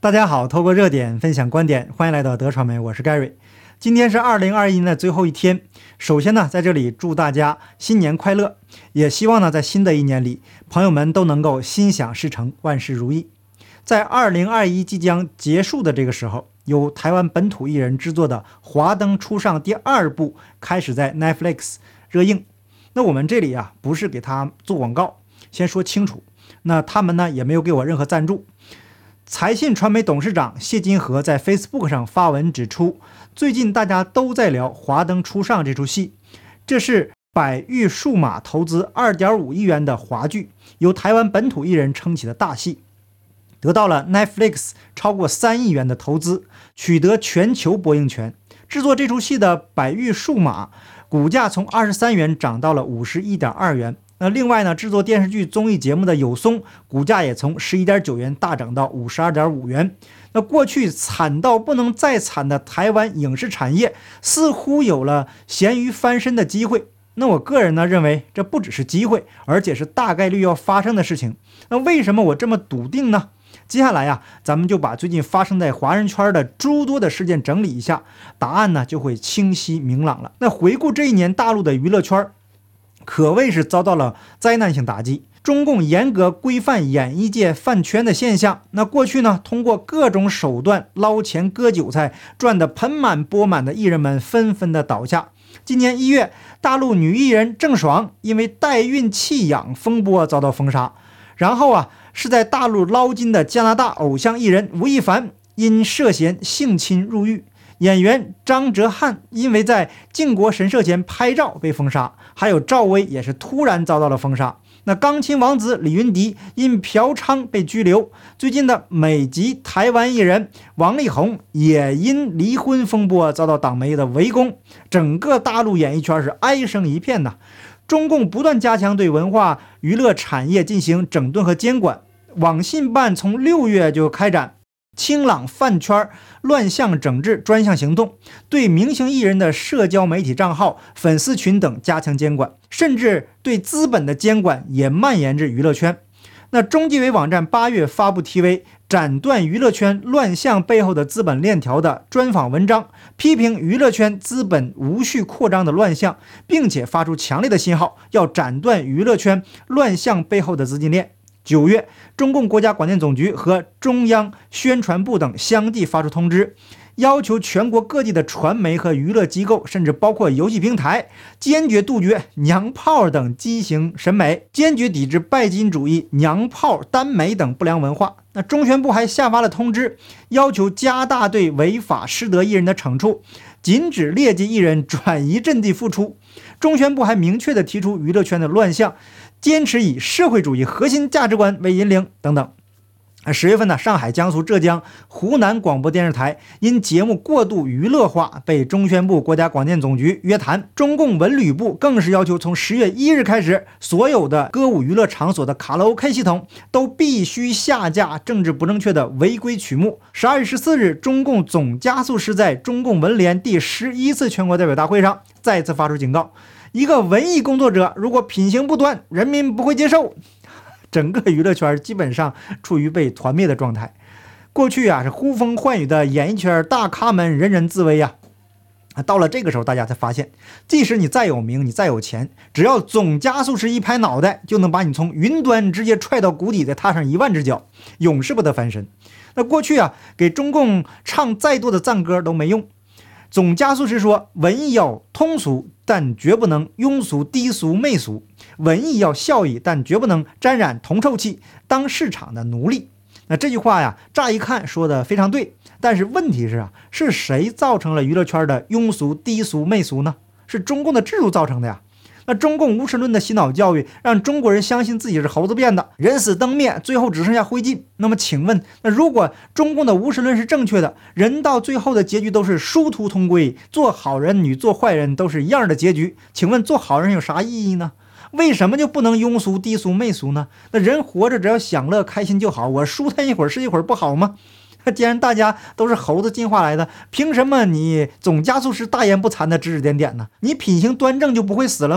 大家好，透过热点分享观点，欢迎来到德传媒，我是 Gary。今天是2021年的最后一天，首先呢，在这里祝大家新年快乐，也希望呢，在新的一年里，朋友们都能够心想事成，万事如意。在2021即将结束的这个时候，由台湾本土艺人制作的《华灯初上》第2部开始在 Netflix 热映。那我们这里啊，不是给他做广告，先说清楚。那他们呢，也没有给我任何赞助。财信传媒董事长谢金河在 Facebook 上发文指出，最近大家都在聊《华灯初上》这出戏，这是百誉数码投资2.5亿元的华剧，由台湾本土艺人撑起的大戏，得到了 Netflix 超过3亿元的投资，取得全球播映权。制作这出戏的百誉数码股价从23元涨到了51.2元。那另外呢，制作电视剧综艺节目的有松股价也从11.9元大涨到52.5元。那过去惨到不能再惨的台湾影视产业似乎有了咸鱼翻身的机会。那我个人呢认为，这不只是机会，而且是大概率要发生的事情。那为什么我这么笃定呢？接下来呀，咱们就把最近发生在华人圈的诸多的事件整理一下，答案呢就会清晰明朗了。那回顾这一年大陆的娱乐圈，可谓是遭到了灾难性打击。中共严格规范演艺界饭圈的现象，那过去呢，通过各种手段捞钱割韭菜，赚得盆满钵满的艺人们纷纷的倒下。今年1月，大陆女艺人郑爽因为代孕弃养风波遭到封杀。然后啊，是在大陆捞金的加拿大偶像艺人吴亦凡因涉嫌性侵入狱。演员张哲瀚因为在靖国神社前拍照被封杀，还有赵薇也是突然遭到了封杀。那钢琴王子李云迪因嫖娼被拘留。最近的美籍台湾艺人王力宏也因离婚风波遭到党媒的围攻，整个大陆演艺圈是哀声一片呐。中共不断加强对文化娱乐产业进行整顿和监管，网信办从6月就开展清朗饭圈乱象整治专项行动，对明星艺人的社交媒体账号、粉丝群等加强监管，甚至对资本的监管也蔓延至娱乐圈。那中纪委网站8月发布题为斩断娱乐圈乱象背后的资本链条的专访文章，批评娱乐圈资本无序扩张的乱象，并且发出强烈的信号，要斩断娱乐圈乱象背后的资金链。9月，中共国家广电总局和中央宣传部等相继发出通知，要求全国各地的传媒和娱乐机构，甚至包括游戏平台，坚决杜绝娘炮等畸形审美，坚决抵制拜金主义、娘炮、耽美等不良文化。那中宣部还下发了通知，要求加大对违法失德艺人的惩处，禁止劣迹艺人转移阵地复出。中宣部还明确地提出娱乐圈的乱象，坚持以社会主义核心价值观为引领等等。10月份呢，上海、江苏、浙江、湖南广播电视台因节目过度娱乐化被中宣部、国家广电总局约谈。中共文旅部更是要求从10月1日开始，所有的歌舞娱乐场所的卡拉 OK 系统都必须下架政治不正确的违规曲目。12月14日，中共总加速师在中共文联第11次全国代表大会上再次发出警告：一个文艺工作者如果品行不端，人民不会接受。整个娱乐圈基本上处于被团灭的状态。过去啊，是呼风唤雨的演艺圈大咖们人人自危呀。到了这个时候，大家才发现，即使你再有名，你再有钱，只要总加速师一拍脑袋，就能把你从云端直接踹到谷底，再踏上1万只脚，永世不得翻身。那过去啊，给中共唱再多的赞歌都没用。总加速师说，文艺要通俗，但绝不能庸俗、低俗、媚俗；文艺要效益，但绝不能沾染铜臭气，当市场的奴隶。那这句话呀，乍一看说的非常对，但是问题是啊，是谁造成了娱乐圈的庸俗、低俗、媚俗呢？是中共的制度造成的呀。那中共无神论的洗脑教育，让中国人相信自己是猴子变的，人死灯灭，最后只剩下灰烬。那么请问，那如果中共的无神论是正确的，人到最后的结局都是殊途同归，做好人与做坏人都是一样的结局，请问做好人有啥意义呢？为什么就不能庸俗、低俗、媚俗呢？那人活着只要享乐开心就好，我舒坦一会儿是一会儿不好吗？既然大家都是猴子进化来的，凭什么你总加速师大言不惭的指指点点呢？你品行端正就不会死了吗？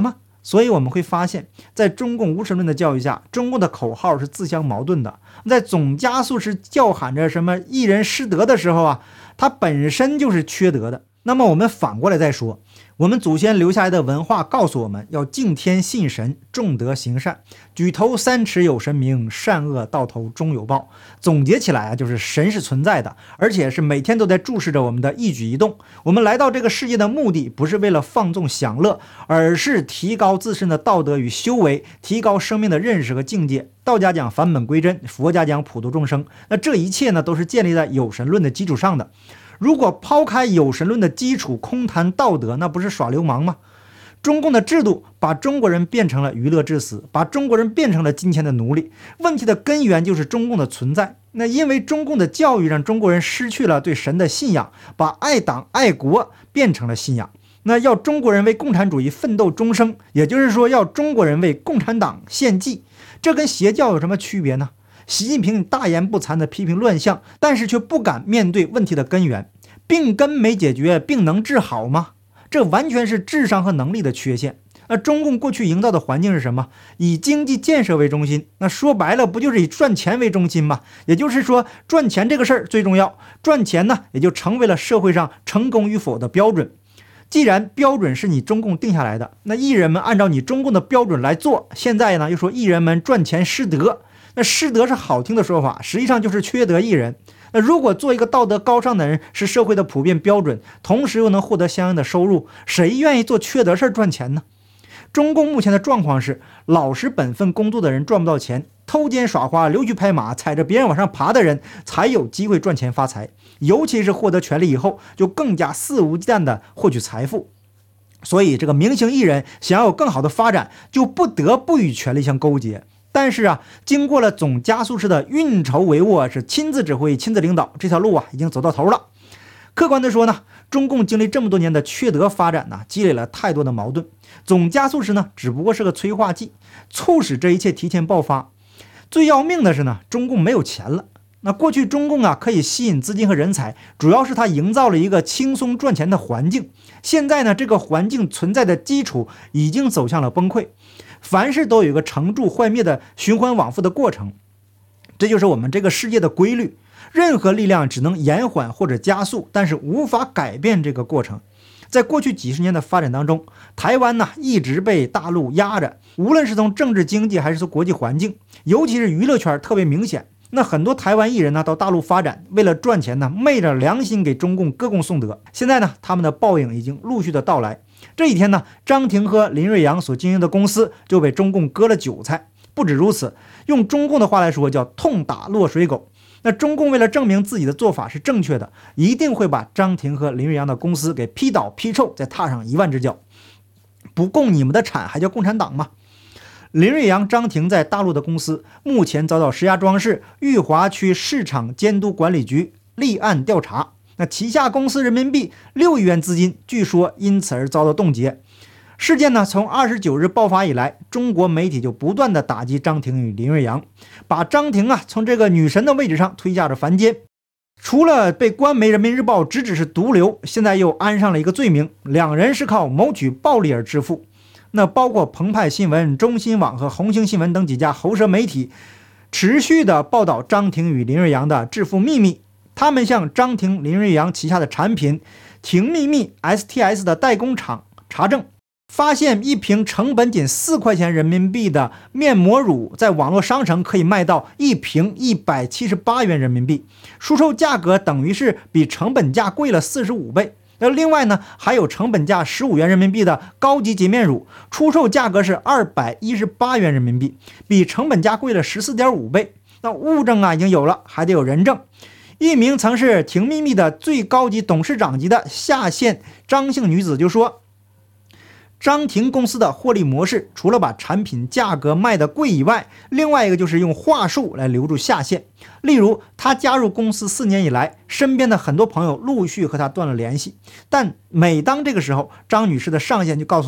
所以我们会发现，在中共无神论的教育下，中共的口号是自相矛盾的。在总加速师叫喊着什么一人失德的时候啊，它本身就是缺德的。那么我们反过来再说，我们祖先留下来的文化告诉我们要敬天信神，重德行善，举头三尺有神明，善恶到头终有报。总结起来啊，就是神是存在的，而且是每天都在注视着我们的一举一动。我们来到这个世界的目的不是为了放纵享乐，而是提高自身的道德与修为，提高生命的认识和境界。道家讲返本归真，佛家讲普度众生，那这一切呢都是建立在有神论的基础上的。如果抛开有神论的基础，空谈道德，那不是耍流氓吗？中共的制度把中国人变成了娱乐至死，把中国人变成了金钱的奴隶。问题的根源就是中共的存在。那因为中共的教育让中国人失去了对神的信仰，把爱党爱国变成了信仰。那要中国人为共产主义奋斗终生，也就是说要中国人为共产党献祭，这跟邪教有什么区别呢？习近平大言不惭地批评乱象，但是却不敢面对问题的根源。病根没解决，病能治好吗？这完全是智商和能力的缺陷。那中共过去营造的环境是什么？以经济建设为中心。那说白了，不就是以赚钱为中心吗？也就是说，赚钱这个事儿最重要，赚钱呢，也就成为了社会上成功与否的标准。既然标准是你中共定下来的，那艺人们按照你中共的标准来做，现在呢又说艺人们赚钱失德。那失德是好听的说法，实际上就是缺德艺人。那如果做一个道德高尚的人是社会的普遍标准，同时又能获得相应的收入，谁愿意做缺德事儿赚钱呢？中共目前的状况是，老实本分工作的人赚不到钱，偷奸耍滑、溜须拍马、踩着别人往上爬的人才有机会赚钱发财。尤其是获得权力以后，就更加肆无忌惮地获取财富。所以这个明星艺人想要有更好的发展，就不得不与权力相勾结。但是啊，经过了总加速师的运筹帷幄，是亲自指挥、亲自领导，这条路啊已经走到头了。客观的说呢，中共经历这么多年的缺德发展呢，积累了太多的矛盾。总加速师呢，只不过是个催化剂，促使这一切提前爆发。最要命的是呢，中共没有钱了。那过去中共啊可以吸引资金和人才，主要是它营造了一个轻松赚钱的环境。现在呢，这个环境存在的基础已经走向了崩溃。凡事都有一个成住坏灭的循环往复的过程，这就是我们这个世界的规律。任何力量只能延缓或者加速，但是无法改变这个过程。在过去几十年的发展当中，台湾呢一直被大陆压着，无论是从政治经济还是从国际环境，尤其是娱乐圈特别明显。那很多台湾艺人呢到大陆发展，为了赚钱呢，昧着良心给中共歌功颂德。现在呢，他们的报应已经陆续的到来。这一天呢，张庭和林瑞阳所经营的公司就被中共割了韭菜。不止如此，用中共的话来说，叫痛打落水狗。那中共为了证明自己的做法是正确的，一定会把张庭和林瑞阳的公司给批倒批臭，再踏上1万只脚。不供你们的产还叫共产党吗？林瑞阳、张庭在大陆的公司目前遭到石家庄市裕华区市场监督管理局立案调查。那旗下公司人民币6亿元资金据说因此而遭到冻结。事件呢，从29日爆发以来，中国媒体就不断的打击张庭与林瑞阳，把张庭啊从这个女神的位置上推下了凡间。除了被官媒人民日报直指是毒瘤，现在又安上了一个罪名，两人是靠谋取暴利而致富。那包括澎湃新闻、中新网和红星新闻等几家喉舌媒体持续的报道张庭与林瑞阳的致富秘密。他们向张庭、林瑞阳旗下的产品庭秘密 STS 的代工厂查证，发现一瓶成本仅4块钱人民币的面膜乳，在网络商城可以卖到一瓶178元人民币，出售价格等于是比成本价贵了45倍。另外呢，还有成本价15元人民币的高级洁面乳，出售价格是218元人民币，比成本价贵了14.5倍。那物证啊已经有了，还得有人证。一名曾是庭秘密的最高级董事长级的下线张姓女子就说，张庭公司的获利模式除了把产品价格卖得贵以外，另外一个就是用话术来留住下线。例如他加入公司4年以来，身边的很多朋友陆续和他断了联系，但每当这个时候，张女士的上线就告诉他，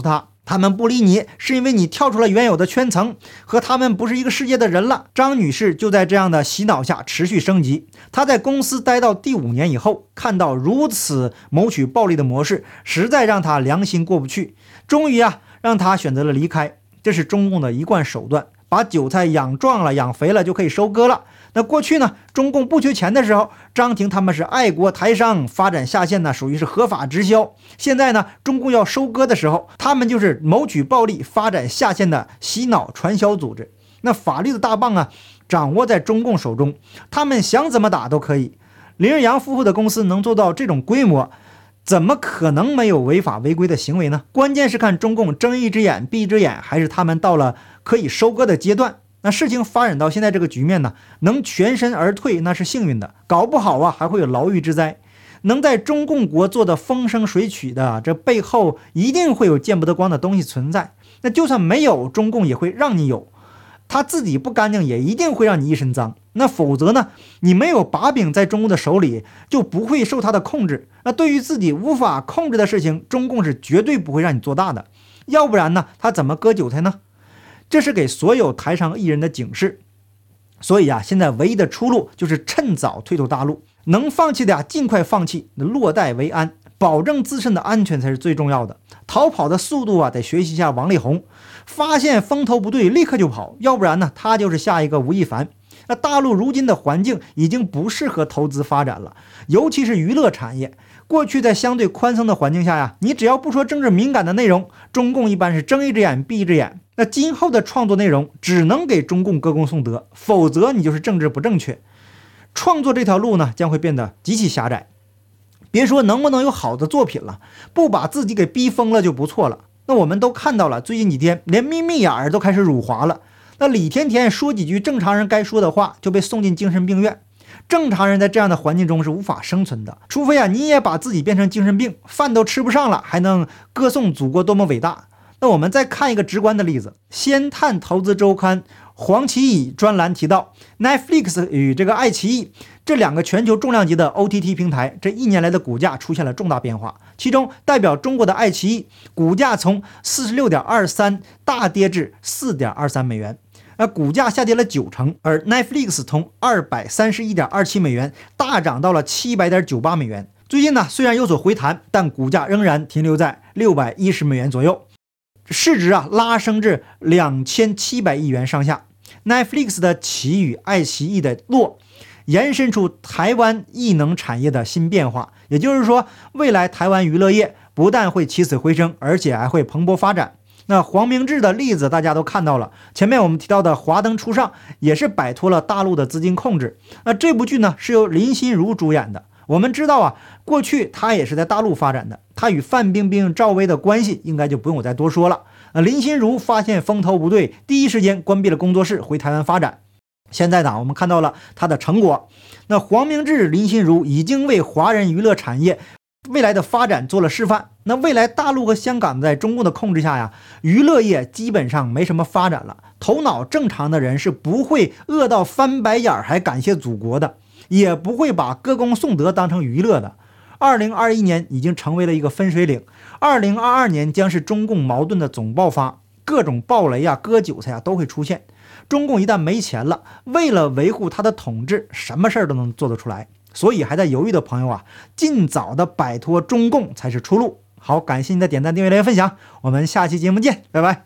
他们不理你，是因为你跳出了原有的圈层，和他们不是一个世界的人了。张女士就在这样的洗脑下持续升级。她在公司待到第5年以后，看到如此谋取暴利的模式，实在让她良心过不去。终于让她选择了离开。这是中共的一贯手段，把韭菜养壮了、养肥了就可以收割了。那过去呢，中共不缺钱的时候，张庭他们是爱国台商，发展下线呢，属于是合法直销。现在呢，中共要收割的时候，他们就是谋取暴利、发展下线的洗脑传销组织。那法律的大棒掌握在中共手中，他们想怎么打都可以。林日阳夫妇的公司能做到这种规模，怎么可能没有违法违规的行为呢？关键是看中共睁一只眼闭一只眼，还是他们到了可以收割的阶段。那事情发展到现在这个局面呢，能全身而退那是幸运的，搞不好还会有牢狱之灾。能在中共国做的风生水起的，这背后一定会有见不得光的东西存在。那就算没有，中共也会让你有，他自己不干净也一定会让你一身脏。那否则呢，你没有把柄在中共的手里，就不会受他的控制。那对于自己无法控制的事情，中共是绝对不会让你做大的，要不然呢，他怎么割韭菜呢？这是给所有台商艺人的警示。所以现在唯一的出路就是趁早退出大陆，能放弃的尽快放弃，落袋为安，保证自身的安全才是最重要的。逃跑的速度得学习一下王力宏，发现风头不对立刻就跑，要不然呢，他就是下一个吴亦凡。那大陆如今的环境已经不适合投资发展了，尤其是娱乐产业。过去在相对宽松的环境下你只要不说政治敏感的内容，中共一般是睁一只眼闭一只眼。那今后的创作内容只能给中共歌功颂德，否则你就是政治不正确。创作这条路呢，将会变得极其狭窄。别说能不能有好的作品了，不把自己给逼疯了就不错了。那我们都看到了，最近几天连眯眯眼都开始辱华了。那李甜甜说几句正常人该说的话，就被送进精神病院。正常人在这样的环境中是无法生存的，除非你也把自己变成精神病，饭都吃不上了，还能歌颂祖国多么伟大。那我们再看一个直观的例子，先探投资周刊黄奇乙专栏提到， Netflix 与这个爱奇艺这2个全球重量级的 OTT 平台，这1年来的股价出现了重大变化。其中代表中国的爱奇艺股价从 46.23 大跌至 4.23 美元，股价下跌了90%，而 Netflix 从 231.27 美元大涨到了 700.98 美元。最近呢，虽然有所回弹，但股价仍然停留在610美元左右，市值拉升至2700亿元上下。 Netflix 的起与爱奇艺的落，延伸出台湾艺能产业的新变化。也就是说，未来台湾娱乐业不但会起死回生，而且还会蓬勃发展。那黄明志的例子大家都看到了，前面我们提到的《华灯初上》也是摆脱了大陆的资金控制。那这部剧呢，是由林心如主演的。我们知道过去他也是在大陆发展的，他与范冰冰、赵薇的关系应该就不用我再多说了。林心如发现风头不对，第一时间关闭了工作室，回台湾发展。现在呢，我们看到了他的成果。那黄明志、林心如已经为华人娱乐产业未来的发展做了示范。那未来大陆和香港在中共的控制下娱乐业基本上没什么发展了。头脑正常的人是不会饿到翻白眼还感谢祖国的，也不会把歌功颂德当成娱乐的。2021年已经成为了一个分水岭，2022年将是中共矛盾的总爆发，各种暴雷割韭菜都会出现。中共一旦没钱了，为了维护他的统治，什么事儿都能做得出来。所以还在犹豫的朋友尽早的摆脱中共才是出路。好，感谢你的点赞、订阅、留言、分享，我们下期节目见，拜拜。